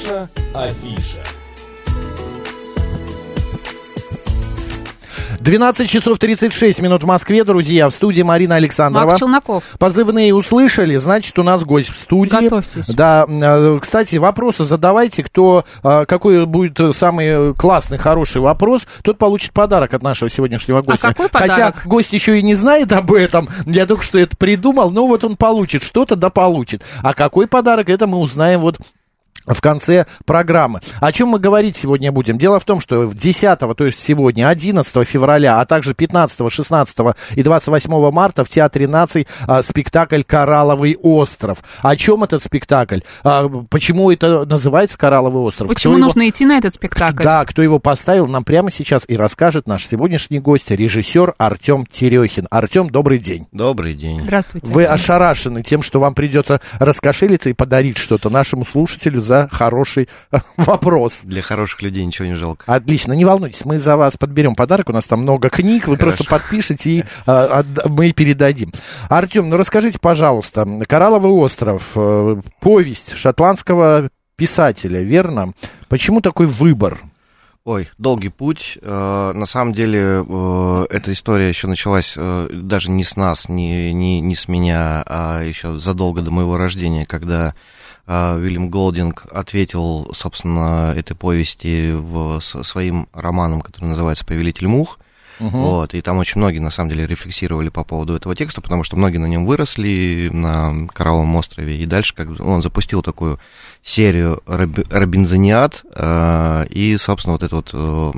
Наша афиша. 12 часов 36 минут в Москве, друзья. В студии Марина Александрова. Марк Челноков. Позывные услышали, значит, у нас гость в студии. Готовьтесь. Да, кстати, вопросы задавайте. Какой будет самый классный, хороший вопрос, тот получит подарок от нашего сегодняшнего гостя. А какой подарок? Хотя гость еще и не знает об этом. Я только что это придумал. Но вот он получит что-то, да получит. А какой подарок, это мы узнаем вот в конце программы. О чем мы говорить сегодня будем? Дело в том, что 10, то есть сегодня, 11 февраля, а также 15, 16 и 28 марта в Театре наций спектакль «Коралловый остров». О чем этот спектакль? Почему это называется «Коралловый остров»? Почему нужно идти на этот спектакль? Да, кто его поставил, нам прямо сейчас и расскажет наш сегодняшний гость, режиссер Артем Терехин. Артем, добрый день. Добрый день. Здравствуйте. Вы ошарашены тем, что вам придется раскошелиться и подарить что-то нашему слушателю за хороший вопрос. Для хороших людей ничего не жалко. Отлично, не волнуйтесь, мы за вас подберем подарок, у нас там много книг, вы Хорошо. просто подпишите и мы передадим. Артем, ну расскажите, пожалуйста, «Коралловый остров», повесть шотландского писателя, верно? Почему такой выбор? Ой, долгий путь. На самом деле, эта история еще началась даже не с нас, не с меня, а еще задолго до моего рождения, когда Уильям Голдинг ответил, собственно, этой повести своим романом, который называется «Повелитель мух». Вот, и там очень многие, на самом деле, рефлексировали по поводу этого текста, потому что многие на нем выросли, на Коралловом острове, и дальше он запустил такую серию «Робинзониад», и, собственно, вот этот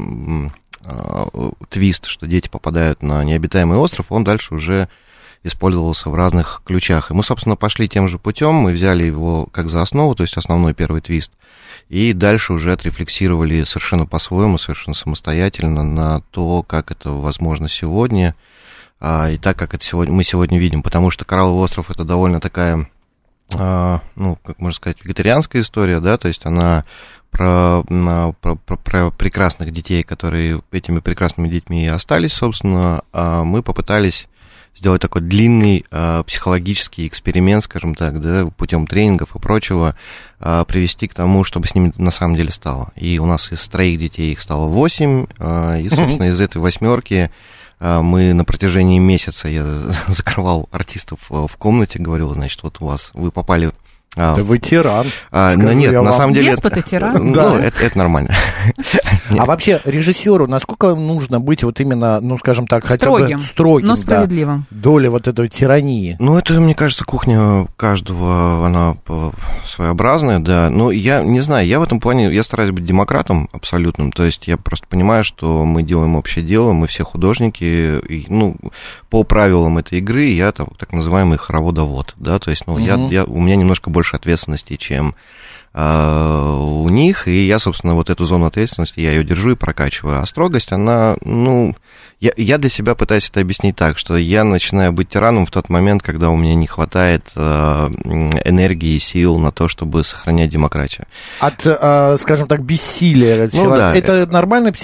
вот твист, что дети попадают на необитаемый остров, он дальше уже использовался в разных ключах. И мы, собственно, пошли тем же путем, мы взяли его как за основу, то есть основной первый твист, и дальше уже отрефлексировали совершенно по-своему, совершенно самостоятельно на то, как это возможно сегодня, и так, как это мы сегодня видим. Потому что «Коралловый остров» — это довольно такая, ну, как можно сказать, вегетарианская история, да, то есть она про прекрасных детей, которые этими прекрасными детьми и остались, собственно, а мы попытались сделать такой длинный психологический эксперимент, скажем так, да, путем тренингов и прочего, привести к тому, чтобы с ними на самом деле стало. И у нас из 3 детей их стало 8, и, собственно, из этой 8 мы на протяжении месяца, я закрывал артистов в комнате, говорил, значит, вот вы попали... Да вы тиран. Но нет, на самом деле... Деспот и тиран. Ну, это нормально. А вообще режиссеру насколько нужно быть вот именно, ну, скажем так, хотя строгим, бы строгим, но справедливым. Да, доля вот этой тирании? Ну, это, мне кажется, кухня каждого, она своеобразная, да. Но я не знаю, я в этом плане, я стараюсь быть демократом абсолютным. То есть я просто понимаю, что мы делаем общее дело, мы все художники, и, ну, по правилам этой игры я там так называемый хороводовод, да, то есть, ну, у меня немножко больше ответственности, чем у них, и я, собственно, вот эту зону ответственности, я ее держу и прокачиваю. А строгость, она, ну, я для себя пытаюсь это объяснить так, что я начинаю быть тираном в тот момент, когда у меня не хватает энергии и сил на то, чтобы сохранять демократию. От, скажем так, бессилия. Ну, да. Это нормальная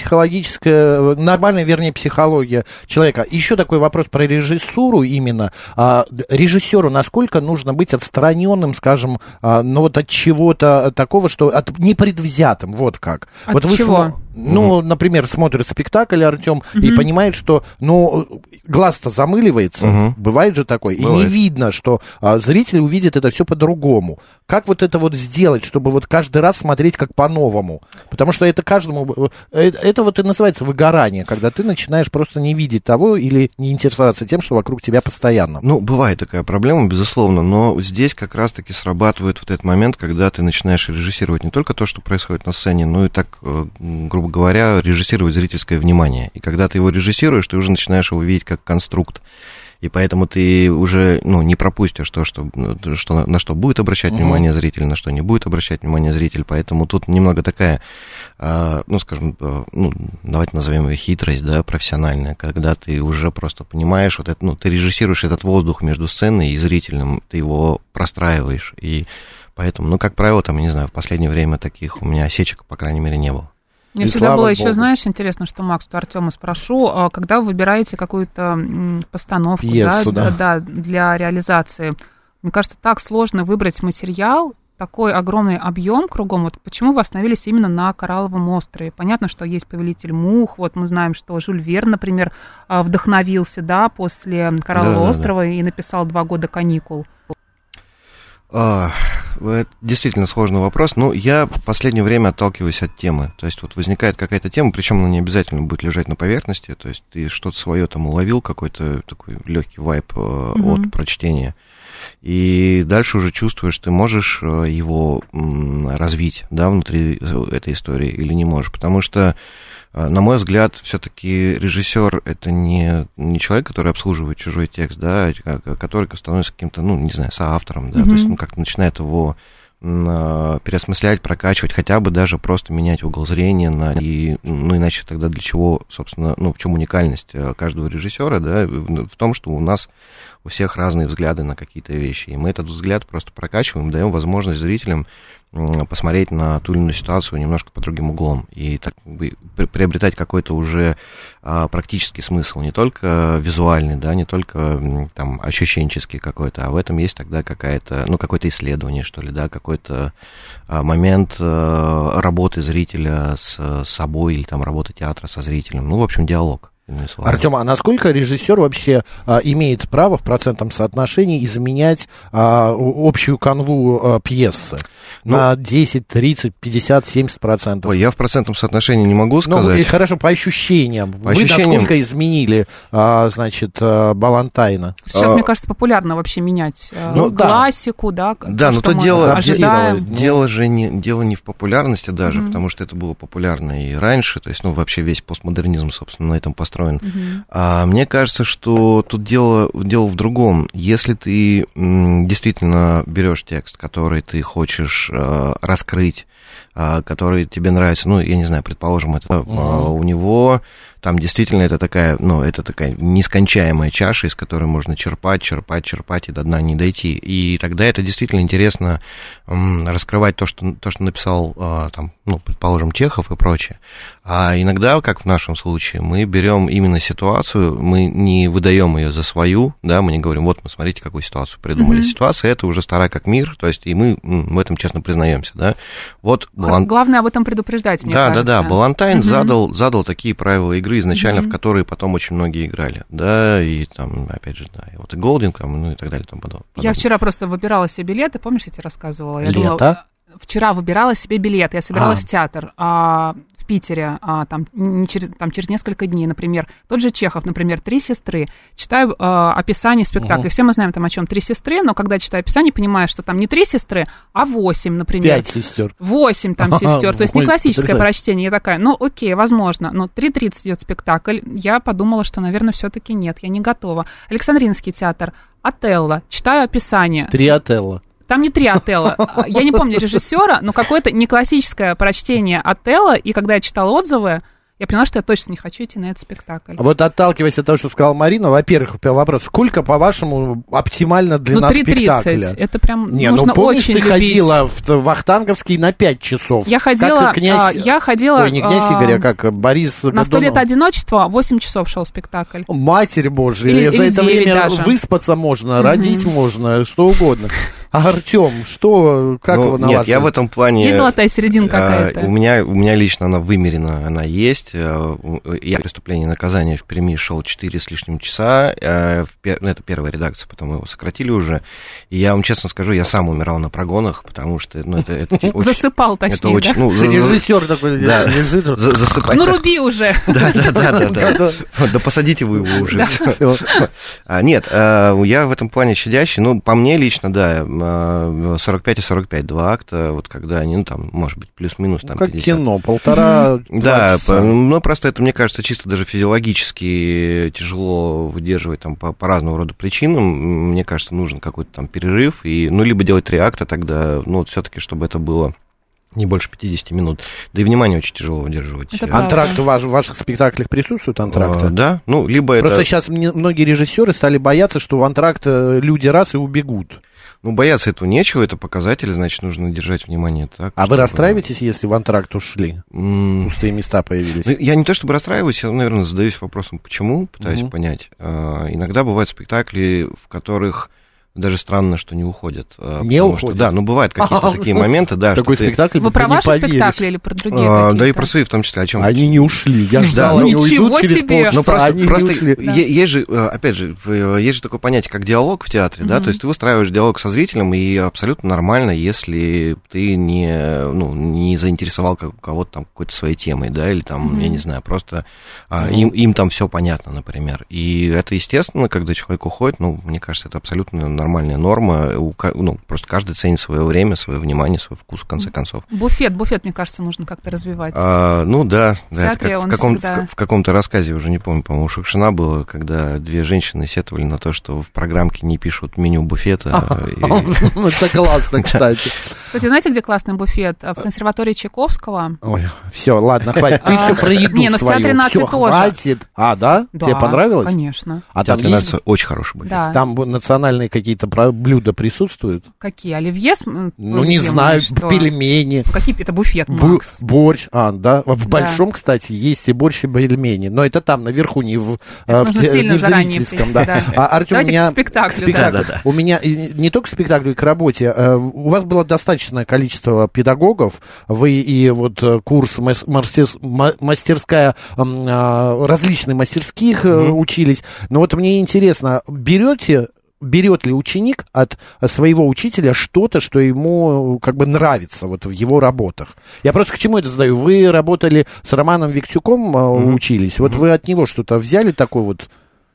вернее, психология человека. Еще такой вопрос про режиссуру именно. Режиссеру насколько нужно быть отстраненным, скажем, ну вот от чего-то такого, что непредвзятым, вот как. От вот чего? Ну, например, смотрит спектакль Артем и понимает, что, ну, глаз-то замыливается, бывает же такое, Бывает. и не видно, что зритель увидит это все по-другому. Как вот это вот сделать, чтобы вот каждый раз смотреть как по-новому? Потому что это каждому... Это вот и называется выгорание, когда ты начинаешь просто не видеть того или не интересоваться тем, что вокруг тебя постоянно. Ну, бывает такая проблема, безусловно, но здесь как раз-таки срабатывает вот этот момент, когда ты начинаешь режиссировать не только то, что происходит на сцене, но и так, грубо говоря, режиссировать зрительское внимание. И когда ты его режиссируешь, ты уже начинаешь его видеть как конструкт. И поэтому ты уже, ну, не пропустишь то, на что будет обращать внимание зритель, на что не будет обращать внимание зритель. Поэтому тут немного такая, ну, скажем, ну, давайте назовем ее хитрость, да, профессиональная, когда ты уже просто понимаешь, вот это, ну, ты режиссируешь этот воздух между сценой и зрителем, ты его простраиваешь. И поэтому, ну, как правило, там, я не знаю, в последнее время таких у меня осечек, по крайней мере, не было. Мне И всегда было слава еще, Богу. знаешь, интересно, что, Макс, у Артема спрошу, когда вы выбираете какую-то постановку, Пьесу, да. для реализации, мне кажется, так сложно выбрать материал, такой огромный объем кругом, вот почему вы остановились именно на Коралловом острове? Понятно, что есть «Повелитель мух», вот мы знаем, что Жюль Верн, например, вдохновился, да, после Кораллового острова и написал «2 года каникул». Это действительно сложный вопрос, но я в последнее время отталкиваюсь от темы. То есть вот возникает какая-то тема, причем она не обязательно будет лежать на поверхности, то есть ты что-то свое там уловил, какой-то такой легкий вайб от прочтения, и дальше уже чувствуешь, ты можешь его развить, да, внутри этой истории или не можешь, потому что, на мой взгляд, все-таки режиссер это не человек, который обслуживает чужой текст, да, а который становится каким-то, ну, не знаю, соавтором, да, то есть, ну, как-то начинает его переосмыслять, прокачивать, хотя бы даже просто менять угол зрения, ну, иначе тогда для чего, собственно, ну, в чем уникальность каждого режиссера, да, в том, что у нас у всех разные взгляды на какие-то вещи, и мы этот взгляд просто прокачиваем, даем возможность зрителям посмотреть на ту или иную ситуацию немножко под другим углом и так, приобретать какой-то уже практический смысл, не только визуальный, да, не только там ощущенческий какой-то, а в этом есть тогда какая-то, ну, какое-то исследование, что ли, да, какой-то момент работы зрителя с собой или там работы театра со зрителем, ну, в общем, диалог. Артем, а насколько режиссер вообще имеет право в процентном соотношении изменять общую канву пьесы на 10, 30, 50, 70%? Ой, я в процентном соотношении не могу сказать. Ну, и хорошо, по ощущениям. Вы насколько изменили, значит, Балантайна? Сейчас, мне кажется, популярно вообще менять классику, да? Да, но то дело же не в популярности даже, потому что это было популярно и раньше, то есть, ну, вообще весь постмодернизм, собственно, на этом построен. Мне кажется, что тут дело в другом. Если ты действительно берешь текст, который ты хочешь раскрыть, который тебе нравится, ну, я не знаю, предположим, это у него там действительно это такая нескончаемая чаша, из которой можно черпать и до дна не дойти. И тогда это действительно интересно раскрывать то, что написал, там, ну, предположим, Чехов и прочее. А иногда, как в нашем случае, мы берем именно ситуацию, мы не выдаем ее за свою, да, мы не говорим, вот мы, смотрите, какую ситуацию придумали. Ситуация эта уже стара как мир, то есть и мы в этом честно признаемся, да. Вот главное об этом предупреждать, мне кажется. Да, Балантайн задал такие правила игры изначально, в которые потом очень многие играли, да, и там, опять же, да, и вот и Голдинг, там, ну и так далее, там подобное. Я вчера просто выбирала себе билеты, помнишь, я тебе рассказывала? Лето? Вчера выбирала себе билет, я собиралась в театр в Питере, через несколько дней, например, тот же Чехов, например, «Три сестры», читаю описание спектакля, все мы знаем там о чем «Три сестры», но когда читаю описание, понимаю, что там не 3 сестры, а 8, например. 5 сестер. 8 там сестер, то есть не классическое прочтение, я такая, ну окей, возможно, но 3:30 идет спектакль, я подумала, что, наверное, все-таки нет, я не готова. Александринский театр, «Отелло», читаю описание. 3 Отелло. Там не 3 Отелло. Я не помню режиссера, но какое-то неклассическое прочтение Отелло, и когда я читала отзывы, я поняла, что я точно не хочу идти на этот спектакль. Вот отталкиваясь от того, что сказала Марина, во-первых, вопрос, сколько, по-вашему, оптимально длина спектакля? 3:30, это прям не, нужно помнишь, очень ты любить. Ходила в Вахтанговский на 5 часов. Я ходила... Ой, не князь Игорь, а как Борис на 100 лет одиночества 8 часов шел спектакль. Матерь Божья, или за это время даже. Выспаться можно, родить можно, что угодно. А Артем, как его налаживать? Нет, я в этом плане... Есть золотая середина какая-то? У меня лично она вымерена, она есть. Я «Преступление и наказание» в Перми шел 4 с лишним часа. Это первая редакция, потом его сократили уже. И я вам честно скажу, я сам умирал на прогонах, потому что это очень... Засыпал, точнее, очень, да? Режиссер такой лежит. Засыпать. Ну, руби уже. Да. Да посадите вы его уже. Нет, я в этом плане щадящий. Ну, по мне лично, да, 45 и 45, 2 акта, вот когда они, ну, там, может быть, плюс-минус, там, как 50. кино, 1,5-2 да, часа. Ну, просто это, мне кажется, чисто даже физиологически тяжело выдерживать там по разного рода причинам. Мне кажется, нужен какой-то там перерыв, и, ну, либо делать 3 акта тогда, ну, вот все-таки, чтобы это было не больше 50 минут. Да и внимание очень тяжело удерживать. Антракты в ваших спектаклях присутствуют, антракты? Да, ну, либо просто это... сейчас многие режиссеры стали бояться, что в антракт люди раз и убегут. Ну, бояться этого нечего, это показатель, значит, нужно держать внимание так. А вы расстраиваетесь, если в антракт ушли? Пустые места появились? Ну, я не то чтобы расстраиваюсь, я, наверное, задаюсь вопросом, почему, пытаюсь понять. Иногда бывают спектакли, в которых Даже странно, что не уходят. Не уходят? Да, бывают какие-то такие моменты, да. Такой спектакль, вы про ваши спектакли или про другие да и про свои в том числе. О чем? Они не ушли. Я ждал, они уйдут через полчаса, они не ушли. Есть же, опять же, есть же такое понятие, как диалог в театре, да, то есть ты выстраиваешь диалог со зрителем, и абсолютно нормально, если ты не заинтересовал кого-то там какой-то своей темой, да, или там, я не знаю, просто им там все понятно, например. И это естественно, когда человек уходит, мне кажется, это абсолютно нормальная норма, просто каждый ценит свое время, свое внимание, свой вкус, в конце концов. Буфет, мне кажется, нужно как-то развивать. Да, это как в каком-то рассказе, уже не помню, по-моему, у Шукшина было, когда две женщины сетовали на то, что в программке не пишут меню буфета. Это классно, кстати. Кстати, знаете, где классный буфет? В консерватории Чайковского. Ой, все, ладно, хватит. Ты все про еду свою. В Театре нации тоже. Хватит. Да? Тебе понравилось? Конечно. А там есть... очень хороший буфет. Да. Там национальные какие-то блюда присутствуют? Какие? Оливье? Не знаю, пельмени. Какие? Это буфет, Макс. Борщ. Да. В Большом, кстати, есть и борщ, и пельмени. Но это там, наверху, не в зрительском. Артём, у меня... к спектаклю. У меня не только к спектаклю, и к работе. У вас было достаточное количество педагогов. Вы и вот курс мастерская, различные мастерских учились. Но вот мне интересно, берет ли ученик от своего учителя что-то, что ему как бы нравится вот в его работах? Я просто к чему это задаю? Вы работали с Романом Виктюком, учились. Вот вы от него что-то взяли такое вот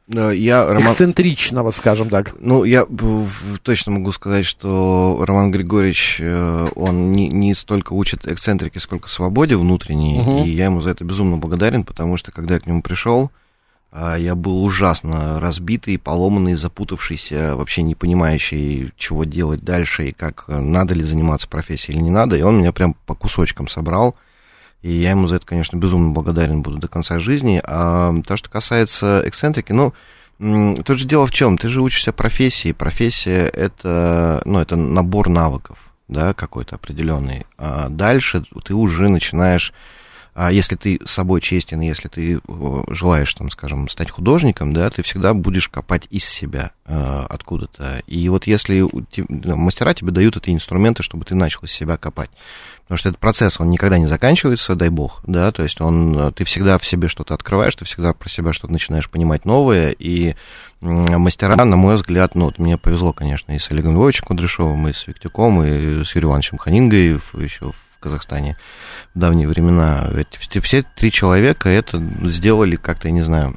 эксцентричного, скажем так? Я точно могу сказать, что Роман Григорьевич, он не столько учит эксцентрике, сколько свободе внутренней, и я ему за это безумно благодарен, потому что, когда я к нему пришел, я был ужасно разбитый, поломанный, запутавшийся, вообще не понимающий, чего делать дальше, и как надо ли заниматься профессией или не надо, и он меня прям по кусочкам собрал, и я ему за это, конечно, безумно благодарен буду до конца жизни. А то, что касается эксцентрики, тут же дело в чем? Ты же учишься профессии, профессия это набор навыков, да, какой-то определенный, а дальше ты уже начинаешь... Если ты с собой честен, если ты желаешь, там, скажем, стать художником, да, ты всегда будешь копать из себя откуда-то. И вот если мастера тебе дают эти инструменты, чтобы ты начал из себя копать. Потому что этот процесс, он никогда не заканчивается, дай бог, да, то есть ты всегда в себе что-то открываешь, ты всегда про себя что-то начинаешь понимать новое, и мастера, на мой взгляд, мне повезло, конечно, и с Олегом Львовичем Кудряшовым, и с Виктюком, и с Юрием Ивановичем Ханинgai еще в Казахстане в давние времена. Все три человека это сделали как-то, я не знаю,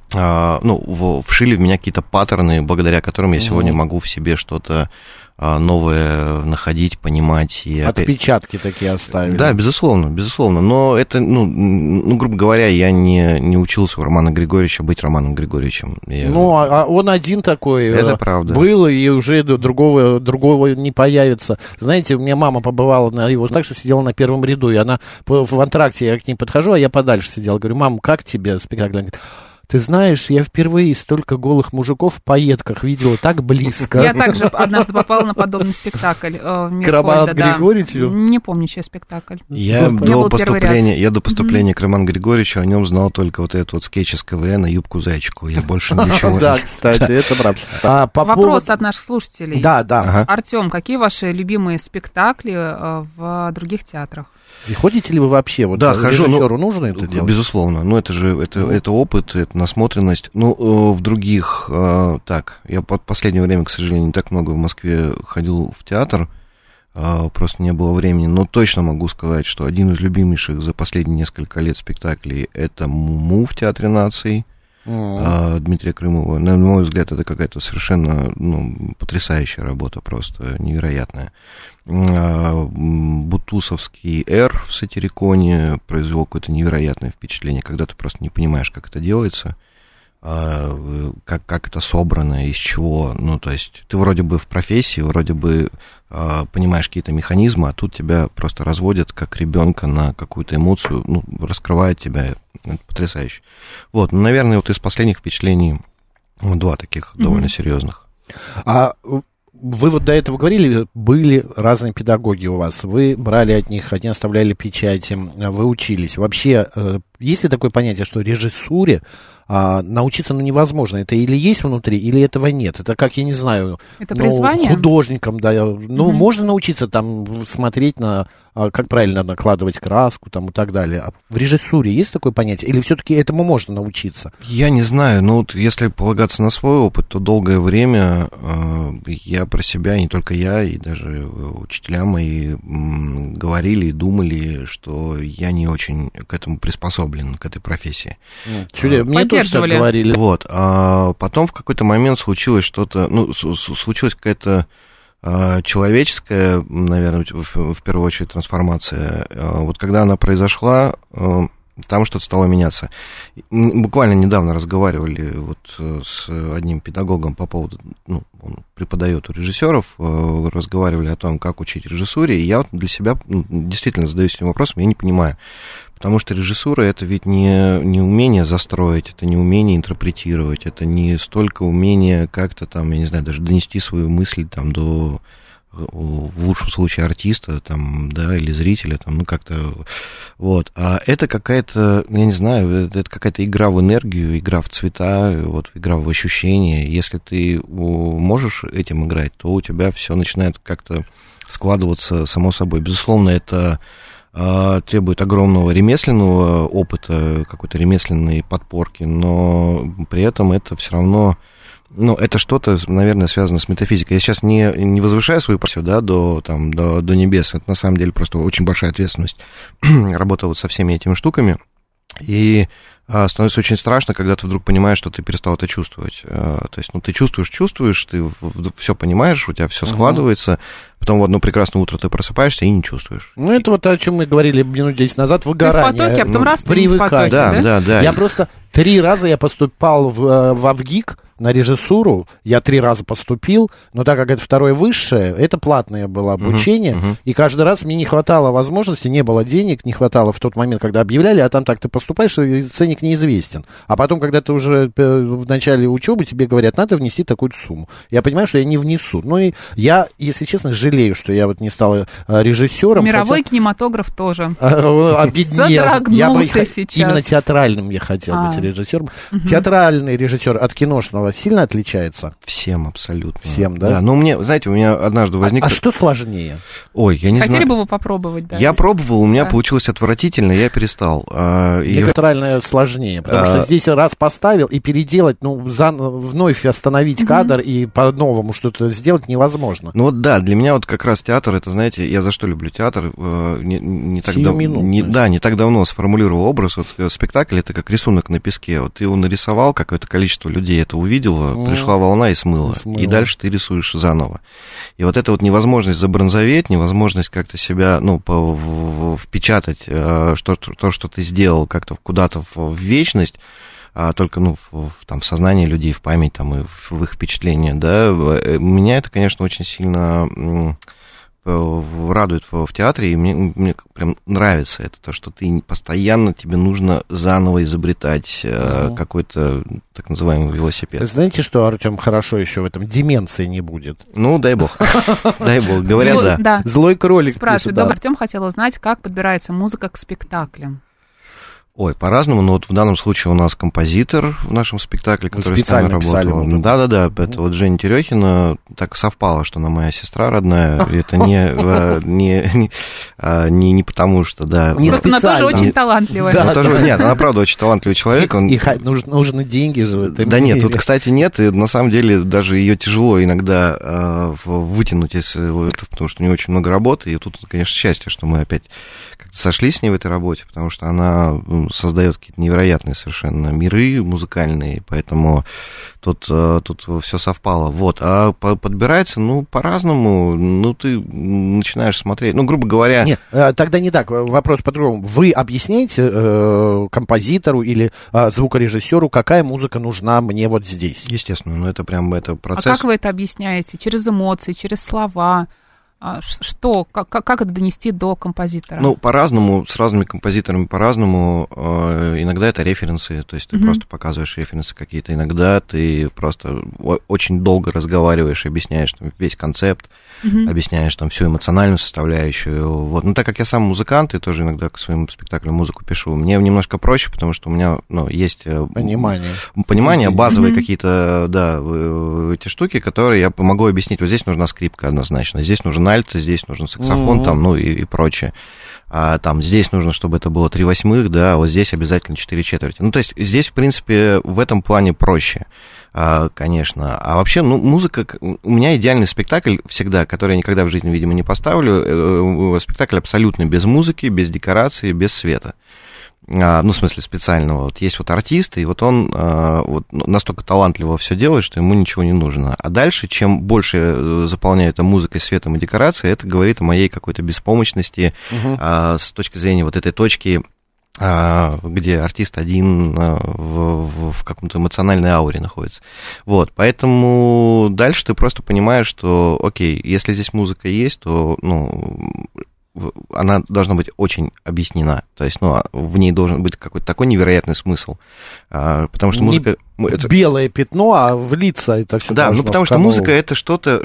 вшили в меня какие-то паттерны, благодаря которым я сегодня могу в себе что-то новое находить, понимать. И отпечатки такие оставили. Да, безусловно. Но это, грубо говоря, я не учился у Романа Григорьевича быть Романом Григорьевичем. Он один такой это правда. Был, и уже другого не появится. Знаете, у меня мама побывала на его, так что сидела на первом ряду, и она в антракте, я к ней подхожу, а я подальше сидел. Говорю, мам, как тебе спектакль? Она говорит, ты знаешь, я впервые столько голых мужиков в пайетках видела так близко. Я также однажды попала на подобный спектакль в Мирхольда. К Роману Григорьевичу? Не помню, чей спектакль. Я до поступления к Роману Григорьевичу о нем знал только вот этот вот скетч из КВН «Юбку зайчику». Я больше ничего... Да, кстати, это правда. Вопрос от наших слушателей. Да. Артем, какие ваши любимые спектакли в других театрах? И ходите ли вы вообще? Вот режиссеру нужно это делать? Безусловно. Это опыт, это насмотренность. В других... я в последнее время, к сожалению, не так много в Москве ходил в театр. Просто не было времени. Но точно могу сказать, что один из любимейших за последние несколько лет спектаклей это «Му» в Театре наций. Дмитрия Крымова. На мой взгляд, это какая-то совершенно потрясающая работа, просто невероятная. Бутусовский «Р» в «Сатириконе» произвел какое-то невероятное впечатление, когда ты просто не понимаешь, как это делается, как это собрано, из чего. То есть ты вроде бы в профессии, вроде бы понимаешь какие-то механизмы, а тут тебя просто разводят как ребенка на какую-то эмоцию, раскрывают тебя. Это потрясающе. Наверное, из последних впечатлений два таких довольно серьезных. Вы вот до этого говорили, были разные педагоги у вас, вы брали от них, они оставляли печати, вы учились. Вообще есть ли такое понятие, что режиссуре научиться невозможно? Это или есть внутри, или этого нет? Это как, я не знаю, это призвание? Художникам, да. Можно научиться там смотреть на, как правильно накладывать краску там, и так далее. А в режиссуре есть такое понятие? Или все-таки этому можно научиться? Я не знаю, если полагаться на свой опыт, то долгое время я про себя, не только я, и даже учителя мои говорили и думали, что я не очень к этому приспособлен, к этой профессии. Мне тоже так говорили. Вот. А потом в какой-то момент случилось что-то, случилась какая-то человеческая, наверное, в первую очередь, трансформация. Вот когда она произошла, там что-то стало меняться. Буквально недавно разговаривали вот с одним педагогом по поводу, он преподает у режиссеров, разговаривали о том, как учить режиссуре, и я вот для себя действительно задаюсь этим вопросом, я не понимаю. Потому что режиссура — это ведь не умение застроить, это не умение интерпретировать, это не столько умение как-то там, я не знаю, даже донести свою мысль там до, в лучшем случае, артиста, там, да, или зрителя, там, как-то, вот. А это какая-то, я не знаю, это какая-то игра в энергию, игра в цвета, вот, игра в ощущения. Если ты можешь этим играть, то у тебя все начинает как-то складываться само собой. Безусловно, это требует огромного ремесленного опыта, какой-то ремесленной подпорки, но при этом это все равно, это что-то, наверное, связано с метафизикой. Я сейчас не возвышаю свою профессию, да, до небес. Это на самом деле просто очень большая ответственность работать вот со всеми этими штуками. И становится очень страшно, когда ты вдруг понимаешь, что ты перестал это чувствовать. То есть, ты чувствуешь, ты все понимаешь, у тебя все складывается, потом в одно прекрасное утро ты просыпаешься и не чувствуешь. Это вот о чем мы говорили минут 10 назад, выгорание. Ты в потоке, а потом раз ты не в потоке, да? Я просто 3 раза я поступал в ВГИК на режиссуру, я 3 раза поступил, но так как это второе высшее, это платное было обучение, и каждый раз мне не хватало возможности, не было денег, не хватало в тот момент, когда объявляли, а там так ты поступаешь, и ценник неизвестен. А потом, когда ты уже в начале учебы, тебе говорят, надо внести такую-то сумму. Я понимаю, что я не внесу. И я, если честно, жалею, что я вот не стал режиссером. Мировой кинематограф тоже. Обеднел. Я бы сейчас. Именно театральным я хотел быть режиссером. Театральный режиссер от киношного сильно отличается? Всем абсолютно. Всем, да? Да, у меня однажды возникло... А что сложнее? Ой, я не знаю. Хотели бы вы попробовать, да? Я пробовал, у меня получилось отвратительно, я перестал. Театральное сложнее, потому что здесь раз поставил и переделать, вновь остановить кадр и по-новому что-то сделать невозможно. Для меня вот как раз театр, это, знаете, я за что люблю театр, не так давно сформулировал образ, вот спектакль — это как рисунок на песке, вот ты его нарисовал, какое-то количество людей это увидело, пришла волна и смыла, и дальше ты рисуешь заново. И вот эта вот невозможность забронзоветь, невозможность как-то себя, впечатать, то, что ты сделал, как-то куда-то в вечность, только, в сознание людей, в память, там, и в их впечатления, да, меня это, конечно, очень сильно радует в театре, и мне прям нравится это, то, что ты постоянно, тебе нужно заново изобретать какой-то так называемый велосипед. Знаете, что, Артем, хорошо еще в этом? Деменции не будет. Дай бог. Дай бог, говорят, да. Злой кролик. Спрашивает, Артем хотел узнать, как подбирается музыка к спектаклям. Ой, по-разному, но вот в данном случае у нас композитор в нашем спектакле, который с нами работал. Да, это вот Женя Терехина, так совпало, что она моя сестра родная, это не потому что, да. Просто она тоже очень талантливая. Нет, она правда очень талантливый человек. И нужны деньги же. Да нет, тут, кстати, нет, и на самом деле даже ее тяжело иногда вытянуть, потому что у нее очень много работы, и тут, конечно, счастье, что мы опять как-то сошлись с ней в этой работе, потому что она создает какие-то невероятные совершенно миры музыкальные, поэтому тут все совпало. Вот. А подбирается, по-разному, ты начинаешь смотреть, грубо говоря... Нет, тогда не так, вопрос по-другому. Вы объясняете композитору или звукорежиссеру, какая музыка нужна мне вот здесь? Естественно, это процесс... А как вы это объясняете? Через эмоции, через слова? Как это донести до композитора? Ну, по-разному, с разными композиторами по-разному. Иногда это референсы, то есть ты просто показываешь референсы какие-то. Иногда ты просто очень долго разговариваешь, объясняешь там весь концепт, объясняешь там всю эмоциональную составляющую. Вот. Но так как я сам музыкант и тоже иногда к своим спектаклям музыку пишу, мне немножко проще, потому что у меня есть понимание, базовые какие-то, да, эти штуки, которые я могу объяснить. Вот здесь нужна скрипка однозначно, здесь нужен альт, здесь нужен саксофон, там, ну и прочее. А там здесь нужно, чтобы это было 3/8, да, а вот здесь обязательно 4/4. Ну, то есть здесь, в принципе, в этом плане проще, конечно. А вообще, ну, музыка... У меня идеальный спектакль всегда, который я никогда в жизни, видимо, не поставлю. Спектакль абсолютно без музыки, без декорации, без света. Ну, в смысле, специального. Вот есть вот артист, и вот он вот настолько талантливо все делает, что ему ничего не нужно. А дальше, чем больше заполняю это музыкой, светом и декорацией, это говорит о моей какой-то беспомощности с точки зрения вот этой точки, где артист один в каком-то эмоциональной ауре находится. Вот, поэтому дальше ты просто понимаешь, что, окей, если здесь музыка есть, то, ну... она должна быть очень объяснена. То есть, ну, в ней должен быть какой-то такой невероятный смысл. Потому что музыка... Это... Белое пятно, а влиться это все. Да, ну потому что музыка это что-то,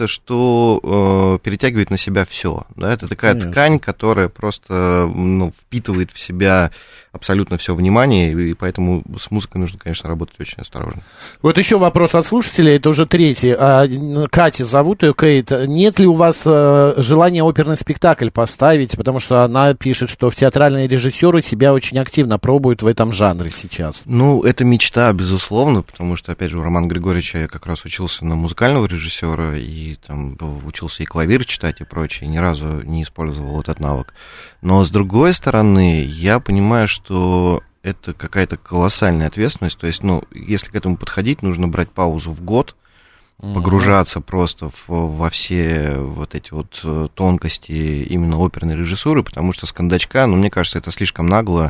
что перетягивает на себя все. Да? Это такая ткань, которая просто впитывает в себя абсолютно все внимание, и поэтому с музыкой нужно, конечно, работать очень осторожно. Вот еще вопрос от слушателя, это уже третий. Катя, зовут ее Кейт. Нет ли у вас желания оперный спектакль поставить? Потому что она пишет, что театральные режиссеры себя очень активно пробуют в этом жанре сейчас. Ну, это мечта, безусловно, потому что, опять же, у Романа Григорьевича я как раз учился на музыкального режиссера, и там учился и клавир читать, и прочее, и ни разу не использовал этот навык. Но, с другой стороны, я понимаю, что это какая-то колоссальная ответственность. То есть, ну, если к этому подходить, нужно брать паузу в год, погружаться просто во все вот эти вот тонкости именно оперной режиссуры, потому что с кондачка, ну, мне кажется, это слишком нагло.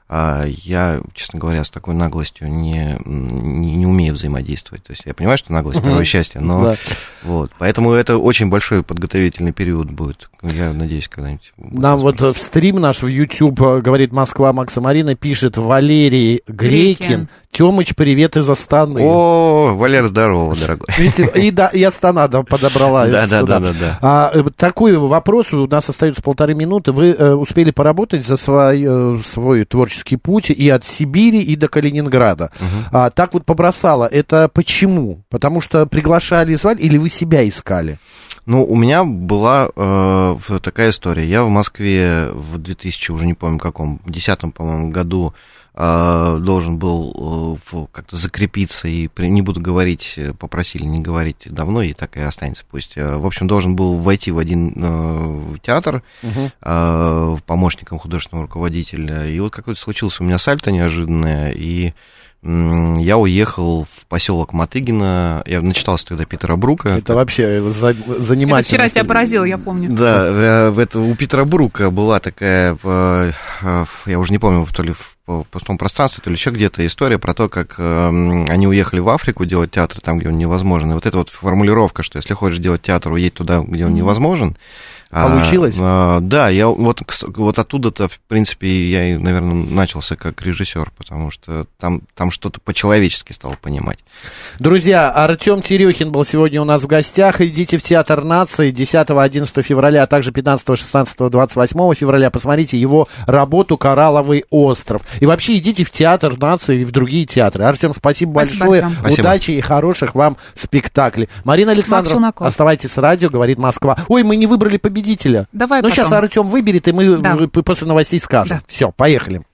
Я, честно говоря, с такой наглостью не умею взаимодействовать. То есть я понимаю, что наглость — первое счастье, но да. Вот. Поэтому это очень большой подготовительный период будет. Я надеюсь, когда-нибудь... Нам вот в стрим наш в YouTube, говорит Москва, Макса Марина, пишет Валерий Грекин. Тёмыч, привет из Астаны. О, Валер, здорово, дорогой. Видите, и Астана подобрала. Да. Такой вопрос, у нас остается 1,5 минуты. Вы успели поработать за свой творческий путь и от Сибири, и до Калининграда. Так вот побросало. Это почему? Потому что приглашали и звали, или вы себя искали? Ну, у меня была такая история. Я в Москве в 2000, уже не помню каком, 10-м, по-моему, году должен был как-то закрепиться, и не буду говорить, попросили не говорить давно, и так и останется пусть. В общем, должен был войти в один театр помощником художественного руководителя, и вот какое-то случилось у меня сальто неожиданное, и я уехал в поселок Мотыгино, я начитался тогда Питера Брука. Это вообще занимательно. Это вчера тебя поразило, я помню. Да, у Питера Брука была такая, я уже не помню, то ли в пустом пространстве, то ли еще где-то история про то, как они уехали в Африку делать театр там, где он невозможен. И вот эта вот формулировка, что если хочешь делать театр, уедь туда, где он невозможен. Получилось? Да, я вот оттуда-то, в принципе, я, наверное, начался как режиссер, потому что там что-то по-человечески стал понимать. Друзья, Артем Терехин был сегодня у нас в гостях. Идите в Театр нации 10-11 февраля, а также 15, 16, 28 февраля. Посмотрите его работу «Коралловый остров». И вообще идите в Театр нации и в другие театры. Артем, спасибо большое. Спасибо. Удачи и хороших вам спектаклей. Марина Александровна, оставайтесь с радио, говорит Москва. Ой, мы не выбрали победителя. Давай потом. Сейчас Артем выберет, и мы после новостей скажем. Да. Все, поехали.